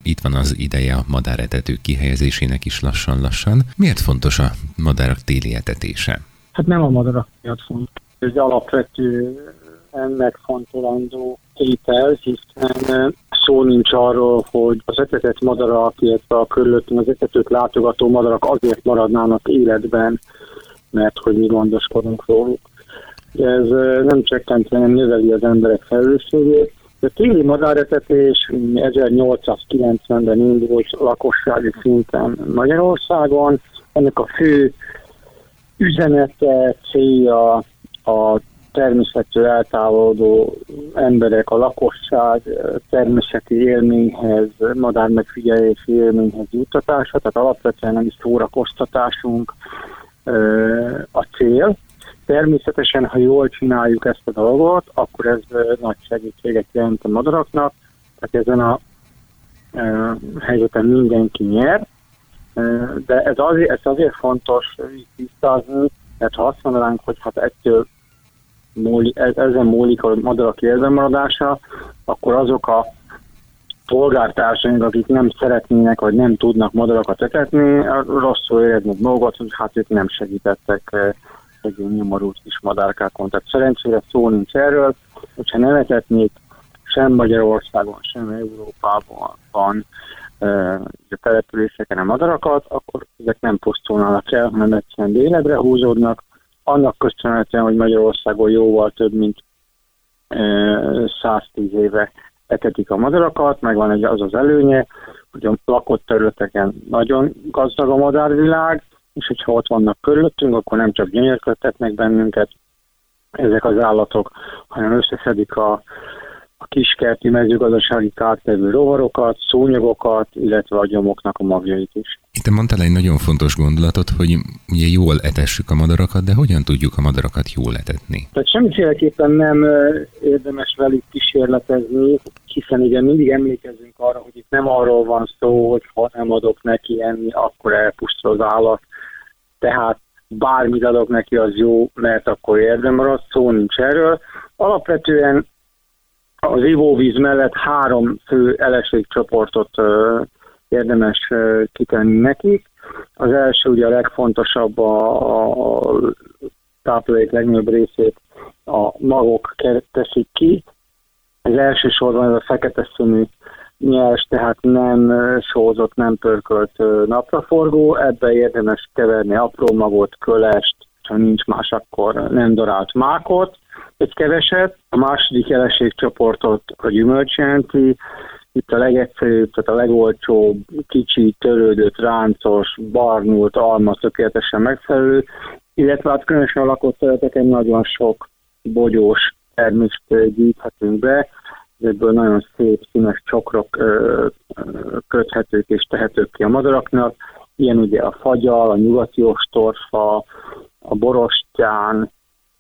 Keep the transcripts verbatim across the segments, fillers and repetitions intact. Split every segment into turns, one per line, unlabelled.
itt van az ideje a madáretetők kihelyezésének is lassan-lassan. Miért fontos a madarak téli etetése?
Hát nem a madarak miatt fontos. Ez alapvető megfontolandó tétel, hiszen szó nincs arról, hogy az etetett madarak, illetve a körülöttünk az etetőt látogató madarak azért maradnának életben, mert hogy mi gondoskodunk róluk. Ez nem csökkenti, hanem növeli az emberek felelősségét. A téli madáretetés ezernyolcszázkilencvenben indult lakossági szinten Magyarországon. Ennek a fő üzenete, célja a természettől eltávolodó emberek, a lakosság természeti élményhez, madár megfigyelési élményhez juttatása, tehát alapvetően nem is szórakoztatásunk a cél. Természetesen, ha jól csináljuk ezt a dolgot, akkor ez nagy segítséget jelent a madaraknak, tehát ezen a helyzeten mindenki nyer, de ez azért, ez azért fontos tisztázni, mert ha azt mondanánk, hogy hát ettől múlik, ezen múlik a madarak életben maradása, akkor azok a polgártársaink, akik nem szeretnének, vagy nem tudnak madarakat etetni, rosszul érezni magukat, hogy hát ők nem segítettek egy nyomorult kis madárkákon. Tehát szerencsére szó nincs erről, hogyha nem etetnék sem Magyarországon, sem Európában van a településeken a madarakat, akkor ezek nem pusztulnának el, hanem egyszerűen életre húzódnak. Annak köszönhetően, hogy Magyarországon jóval több, mint száztíz éve etetik a madarakat, meg van egy az az előnye, hogy a lakott területeken nagyon gazdag a madárvilág, és hogyha ott vannak körülöttünk, akkor nem csak gyönyörködtetnek bennünket ezek az állatok, hanem összeszedik a a kiskerti mezőgazdasági kártevő rovarokat, szúnyogokat, illetve a gyomoknak a magjait is.
Itt mondtál egy nagyon fontos gondolatot, hogy ugye jól etessük a madarakat, de hogyan tudjuk a madarakat jól etetni?
Tehát semmiféleképpen nem érdemes velük kísérletezni, hiszen igen, mindig emlékezzünk arra, hogy itt nem arról van szó, hogy ha nem adok neki enni, akkor elpusztul az állat. Tehát bármit adok neki, az jó, mert akkor érdem marad, szó nincs erről. Alapvetően az ivóvíz mellett három fő elességcsoportot uh, érdemes uh, kitenni nekik. Az első, ugye a legfontosabb, a, a táplálék legnagyobb részét a magok teszik ki. Az elsősorban ez a fekete színű nyers, tehát nem sózott, nem pörkölt uh, napraforgó. Ebbe érdemes keverni apró magot, kölest, ha nincs más, akkor nem darált mákot, egy keveset. A második jelenségcsoportot a gyümölcs jelenti. Itt a legegyszerűbb, tehát a legolcsóbb, kicsi, törődött, ráncos, barnult alma tökéletesen megfelelő, illetve hát különösen a lakott területeken nagyon sok bogyós termést gyűjthetünk be, ebből nagyon szép, színes csokrok ö, ö, köthetők és tehetők ki a madaraknak. Ilyen ugye a fagyal, a nyugati ostorfa, a borostyán,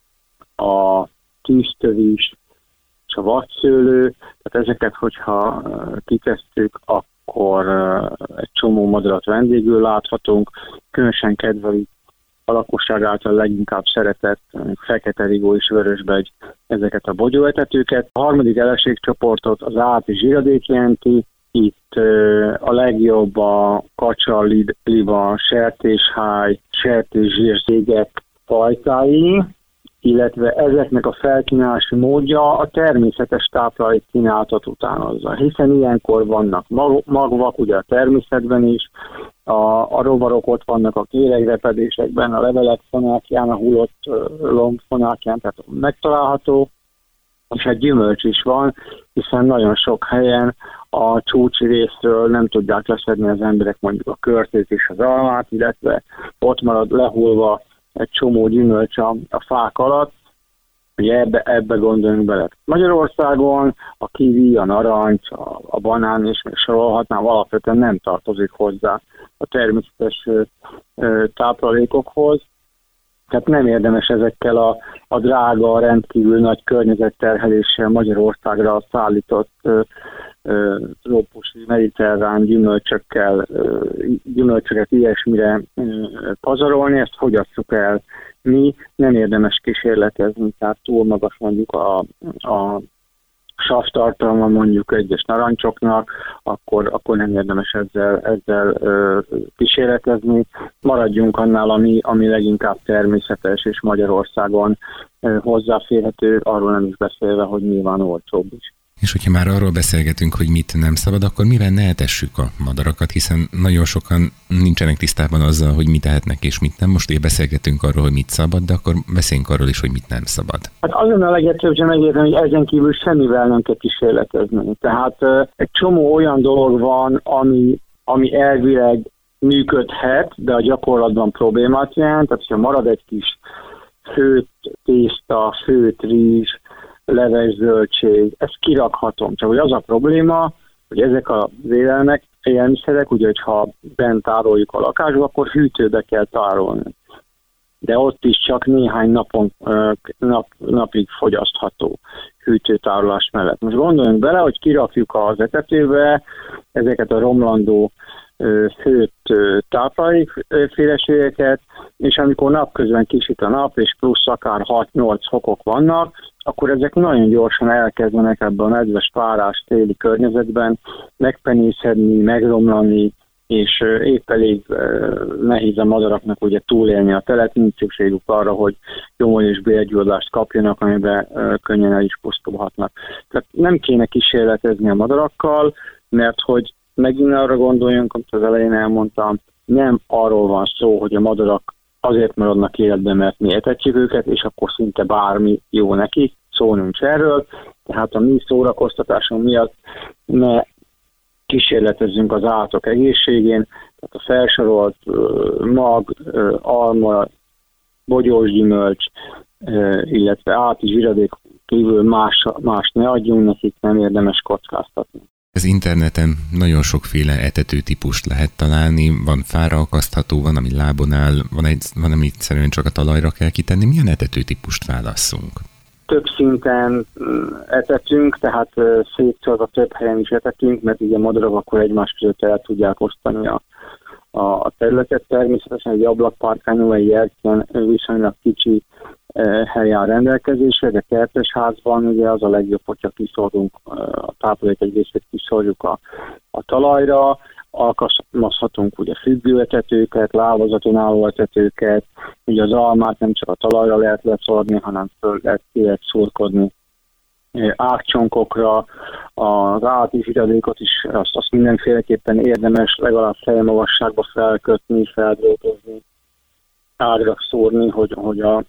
a tűztövis és a vadszőlő. Tehát ezeket, hogyha kitesszük, akkor egy csomó madarat vendégül láthatunk. Különösen kedvelik a lakosság által leginkább szeretett fekete rigó és vörösbegy ezeket a bogyóetetőket. A harmadik elességcsoportot az áti zsíradék jelenti. Itt a legjobb a kacsa, liba, sertésháj, sertészsírzégek fajtái, illetve ezeknek a felkínálási módja a természetes táplálék kínálatot utánozza, hiszen ilyenkor vannak magvak, ugye a természetben is, a, a rovarok ott vannak a kéregrepedésekben, a levelek fonákján, a hullott lomb fonákján, tehát megtalálható, és egy gyümölcs is van, hiszen nagyon sok helyen a csúcsi részről nem tudják leszedni az emberek mondjuk a körtét és az almát, illetve ott marad lehulva egy csomó gyümölcs a, a fák alatt, ugye ebbe, ebbe gondoljunk bele. Magyarországon a kiwi, a narancs, a, a banán és még sorolhatnám, alapvetően nem tartozik hozzá a természetes ö, táplálékokhoz. Tehát nem érdemes ezekkel a, a drága, rendkívül nagy környezetterheléssel Magyarországra szállított ö, ö, trópusi, mediterrán gyümölcsökkel, ö, gyümölcsöket ilyesmire ö, pazarolni, ezt fogyasszuk el mi, nem érdemes kísérletezni, tehát túl magas mondjuk a, a savtartalma mondjuk egyes narancsoknak, akkor, akkor nem érdemes ezzel, ezzel ö, kísérletezni. Maradjunk annál, ami, ami leginkább természetes és Magyarországon ö, hozzáférhető, arról nem is beszélve, hogy nyilván olcsóbb is.
És hogyha már arról beszélgetünk, hogy mit nem szabad, akkor mivel ne etessük a madarakat, hiszen nagyon sokan nincsenek tisztában azzal, hogy mit ehetnek és mit nem. Most ugye beszélgetünk arról, hogy mit szabad, de akkor beszéljünk arról is, hogy mit nem szabad.
Hát azon a legegyszerűbb, hogy megérteni, hogy ezen kívül semmivel nem kell kísérletezni. Tehát egy csomó olyan dolog van, ami, ami elvileg működhet, de a gyakorlatban problémát jelent. Tehát, hogyha marad egy kis főtt tészta, főtt rizs, leves zöldség, ezt kirakhatom. Csak hogy az a probléma, hogy ezek az élelmek, élelmiszerek, ugye, hogyha bent tároljuk a lakásba, akkor hűtőbe kell tárolni. De ott is csak néhány napon, nap, napig fogyasztható hűtőtárolás mellett. Most gondoljunk bele, hogy kirakjuk az etetőbe ezeket a romlandó főtt táplálékféleségeket, és amikor napközben kisüt a nap, és plusz akár hat-nyolc fokok vannak, akkor ezek nagyon gyorsan elkezdenek ebben a nedves párás téli környezetben megpenészedni, megromlani, és épp elég nehéz a madaraknak ugye túlélni a telet, nincs szükségük arra, hogy gyomor és bélgyulladást kapjanak, amiben könnyen el is pusztulhatnak. Tehát nem kéne kísérletezni a madarakkal, mert hogy megint arra gondoljunk, amit az elején elmondtam, nem arról van szó, hogy a madarak azért maradnak életben, mert mi etetjük őket, és akkor szinte bármi jó nekik, szó nincs erről. Tehát a mi szórakoztatásunk miatt ne kísérletezzünk az állatok egészségén, tehát a felsorolt uh, mag, uh, alma, bogyós gyümölcs, uh, illetve állati zsiradék kívül más, más ne adjunk nekik, nem érdemes kockáztatni.
Az interneten nagyon sokféle etető típust lehet találni, van fára akasztható, van, ami lábon áll, van, egy, van, amit egyszerűen csak a talajra kell kitenni. Milyen etető típust válasszunk?
Több szinten etetünk, tehát szétszorva több helyen is etetünk, mert ugye a madarak akkor egymás között el tudják osztani a, a területet. Természetesen egy ablakpárkányon, egy erkén viszonylag kicsi hely áll rendelkezésre, de kertesházban ugye az a legjobb, hogyha kiszorunk a táplálék egy részét, kiszorjuk a, a talajra, alkalmazhatunk ugye függőetetőket, lábazaton álló etetőket, ugye az almát nem csak a talajra lehet leszorni, hanem föl lehet, ki lehet szurkodni ágcsonkokra, az állati zsiradékot is, azt, azt mindenféleképpen érdemes legalább fejmagasságba felkötni, feldrótozni, ágra szórni, hogy, hogy a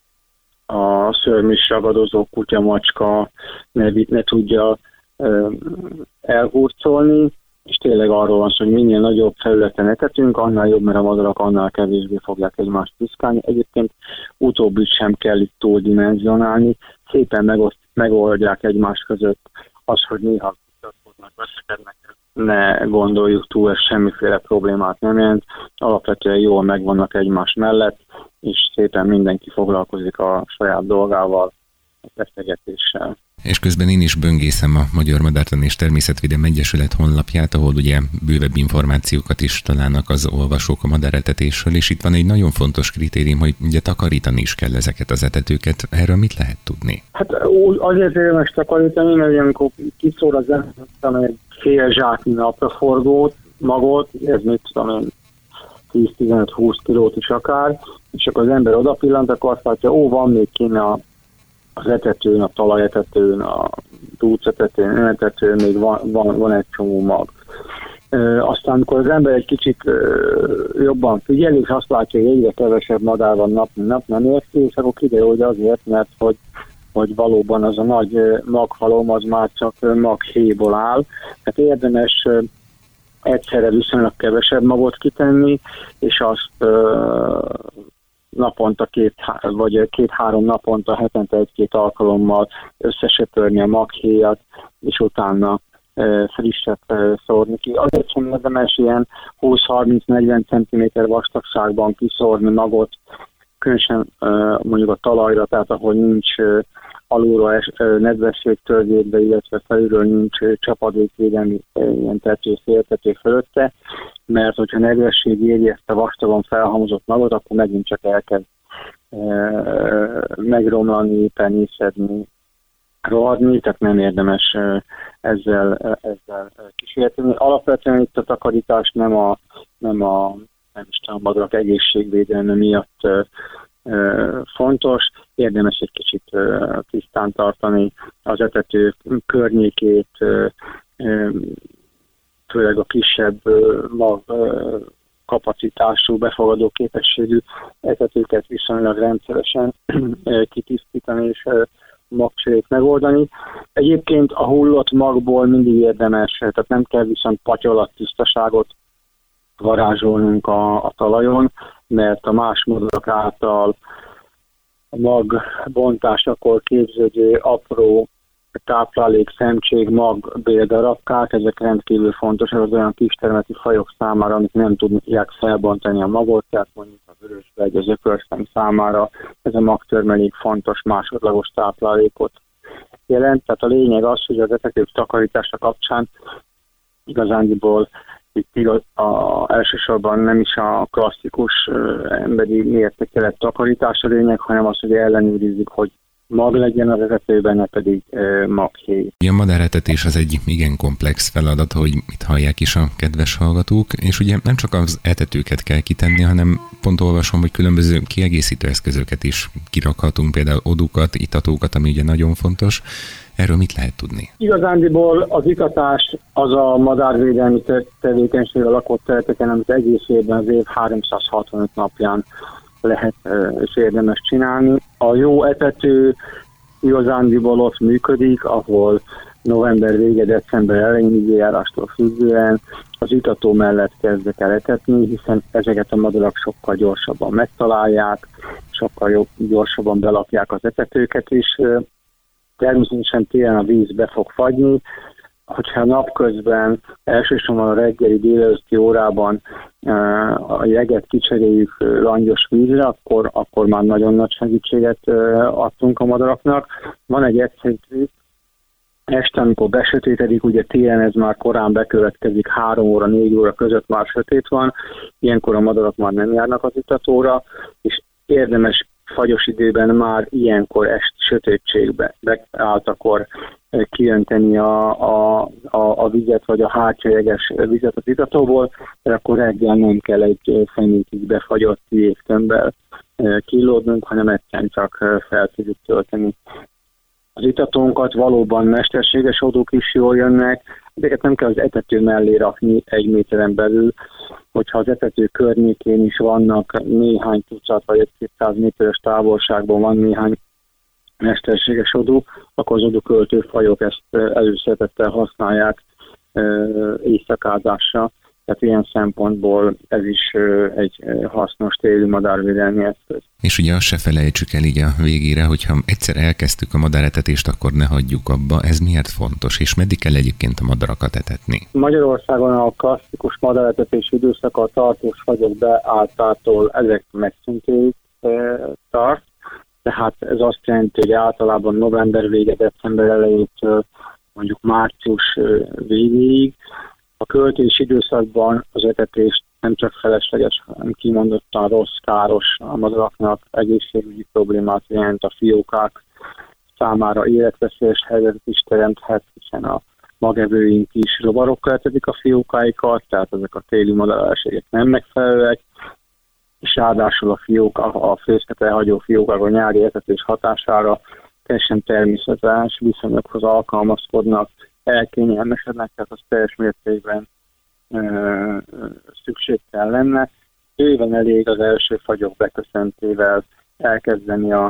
a szörmés ragadozó kutya, macska ne, ne tudja ö, elhurcolni, és tényleg arról van szó, hogy minél nagyobb felületen etetünk, annál jobb, mert a madarak annál kevésbé fogják egymást piszkálni. Egyébként utóbbit sem kell itt túldimenzionálni, szépen megoszt, megoldják egymás között az, hogy néha vitatkoznak, veszekednek, ne gondoljuk túl, ez semmiféle problémát nem jelent, alapvetően jól megvannak egymás mellett, és szépen mindenki foglalkozik a saját dolgával, a beszélgetéssel.
És közben én is böngészem a Magyar Madártani és Természetvédelmi Egyesület honlapját, ahol ugye bővebb információkat is találnak az olvasók a madáretetésről, és itt van egy nagyon fontos kritérium, hogy ugye takarítani is kell ezeket az etetőket. Erről mit lehet tudni? Hát
azért érdemes takarítani, mert amikor kiszól az ember egy fél zsáknyi napraforgót, magot, ez mit tudom én, tíz-tizenöt-húsz kilót is akár, és akkor az ember odapillant, akkor azt látja, ó, van még kéne a, az etetőn, a talajetetőn, a dúcetetőn, önetetőn, még van, van, van egy csomó mag. E, aztán, amikor az ember egy kicsit e, jobban figyel, és azt látja, hogy egyre kevesebb madár van nap, mint nap, nem érti, és akkor kiderül, hogy azért, mert hogy, hogy valóban az a nagy maghalom, az már csak maghéjból áll. Tehát érdemes egyszerre viszonylag kevesebb magot kitenni, és azt ö, naponta két, vagy két-három naponta, hetente egy-két alkalommal összesöpörni a maghéjat, és utána ö, frisset ö, szórni ki. Azért sem érdemes ilyen húsz-harminc-negyven centiméter vastagságban kiszórni magot, különösen ö, mondjuk a talajra, tehát ahol nincs ö, alulról nedvesség törzsétbe, illetve felülről nincs csapadékvédelmi ilyen tető, széltető fölötte, mert hogyha nedvesség éri ezt a vastagon felhamozott magot, akkor megint csak elkezd e, megromlani, penészedni, rohadni, tehát nem érdemes ezzel, ezzel kísérletni. Alapvetően itt a takarítás nem a, nem a, nem is tudom, madarak egészségvédelme miatt fontos, érdemes egy kicsit tisztán tartani az etető környékét, főleg a kisebb mag kapacitású, befogadó képességű etetőket viszonylag rendszeresen kitisztítani és magcserét megoldani. Egyébként a hullott magból mindig érdemes, tehát nem kell viszont patyolat tisztaságot varázsolnunk a, a talajon, mert a más madarak által a mag bontásakor képződő apró táplálék, szemtség, mag, béldarabkák, ezek rendkívül fontosak az olyan kistermeti fajok számára, amik nem tudják felbontani a magot, tehát mondjuk a vörösvegy, az ökörszem számára ez a magtörmelék fontos másodlagos táplálékot jelent. Tehát a lényeg az, hogy az etetők takarítása kapcsán igazándiból itt igaz, a, elsősorban nem is a klasszikus uh, emberi mértékelet takarítás a lényeg, hanem az, hogy ellenőrizzük, hogy mag legyen az etetőben, ne pedig uh, maghéj.
A madáretetés az egy igen komplex feladat, hogy itt hallják is a kedves hallgatók, és ugye nem csak az etetőket kell kitenni, hanem pont olvasom, hogy különböző kiegészítő eszközöket is kirakhatunk, például odukat, itatókat, ami ugye nagyon fontos. Erről mit lehet tudni?
Igazándiból az itatás az a madárvédelmi tevékenység a lakott területeken, amit egész évben az év háromszázhatvanöt napján lehet és érdemes csinálni. A jó etető igazándiból ott működik, ahol november vége, december elején időjárástól függően az itató mellett kezdek el etetni, hiszen ezeket a madarak sokkal gyorsabban megtalálják, sokkal jobb, gyorsabban belapják az etetőket is. Természetesen télen a víz be fog fagyni, hogyha napközben elsősorban a reggeli délelőtti órában a jeget kicseréljük langyos vízre, akkor, akkor már nagyon nagy segítséget adtunk a madaraknak. Van egy egyszerű trükk, este, amikor besötétedik, ugye télen ez már korán bekövetkezik, három óra, négy óra között már sötét van, ilyenkor a madarak már nem járnak az itatóra, és érdemes fagyos időben már ilyenkor est sötétségbe beálltakor kijönteni a, a, a, a vizet, vagy a hátsójeges vizet az itatóból, de akkor reggel nem kell egy fenyítig befagyott jégtömbbel kilódnunk, hanem egyszerűen csak fel tudjuk tölteni az itatónkat. Valóban mesterséges odók is jól jönnek, ezeket nem kell az etető mellé rakni egy méteren belül, hogyha az etető környékén is vannak néhány tucat vagy egy-kétszáz méteres távolságban van néhány mesterséges odó, akkor az odóköltő fajok ezt előszeretettel használják éjszakázásra. Tehát ilyen szempontból ez is egy hasznos téli madárvédelmi eszköz.
És ugye azt se felejtsük el így a végére, hogyha egyszer elkezdtük a madáretetést, akkor ne hagyjuk abba. Ez miért fontos, és meddig kell egyébként a madarakat etetni?
Magyarországon a klasszikus madáretetés időszaka a tartós fagyok beálltától ezek megszüntéig tart. Tehát ez azt jelenti, hogy általában november vége, december elejétől mondjuk március végéig. A költési időszakban az etetést nem csak felesleges, hanem kimondottan rossz, káros a madaraknak, egészségügyi problémát jelent, a fiókák számára életveszélyes helyzetet is teremthet, hiszen a magevőink is rovarokkal etetik a fiókáikat, tehát ezek a téli madárelségek nem megfelelőek, és ráadásul a fiók, a fészket elhagyó fiókák a nyári etetés hatására teljesen természetes viszonyokhoz alkalmazkodnak, elkényelmesednek, tehát az teljes mértékben ö, szükség kell lenne. Bőven elég az első fagyok beköszöntével elkezdeni a,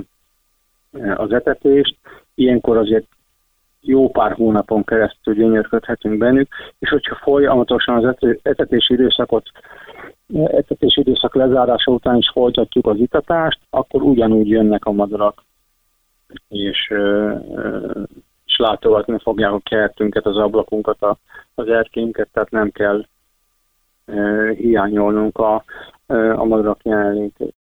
az etetést. Ilyenkor azért jó pár hónapon keresztül gyönyörködhetünk bennük, és hogyha folyamatosan az etetési időszakot etetési időszak lezárása után is folytatjuk az itatást, akkor ugyanúgy jönnek a madarak, és, és látogatni fogják a kertünket, az ablakunkat, az erkénket, tehát nem kell hiányolnunk a, a madarak jelenlétét.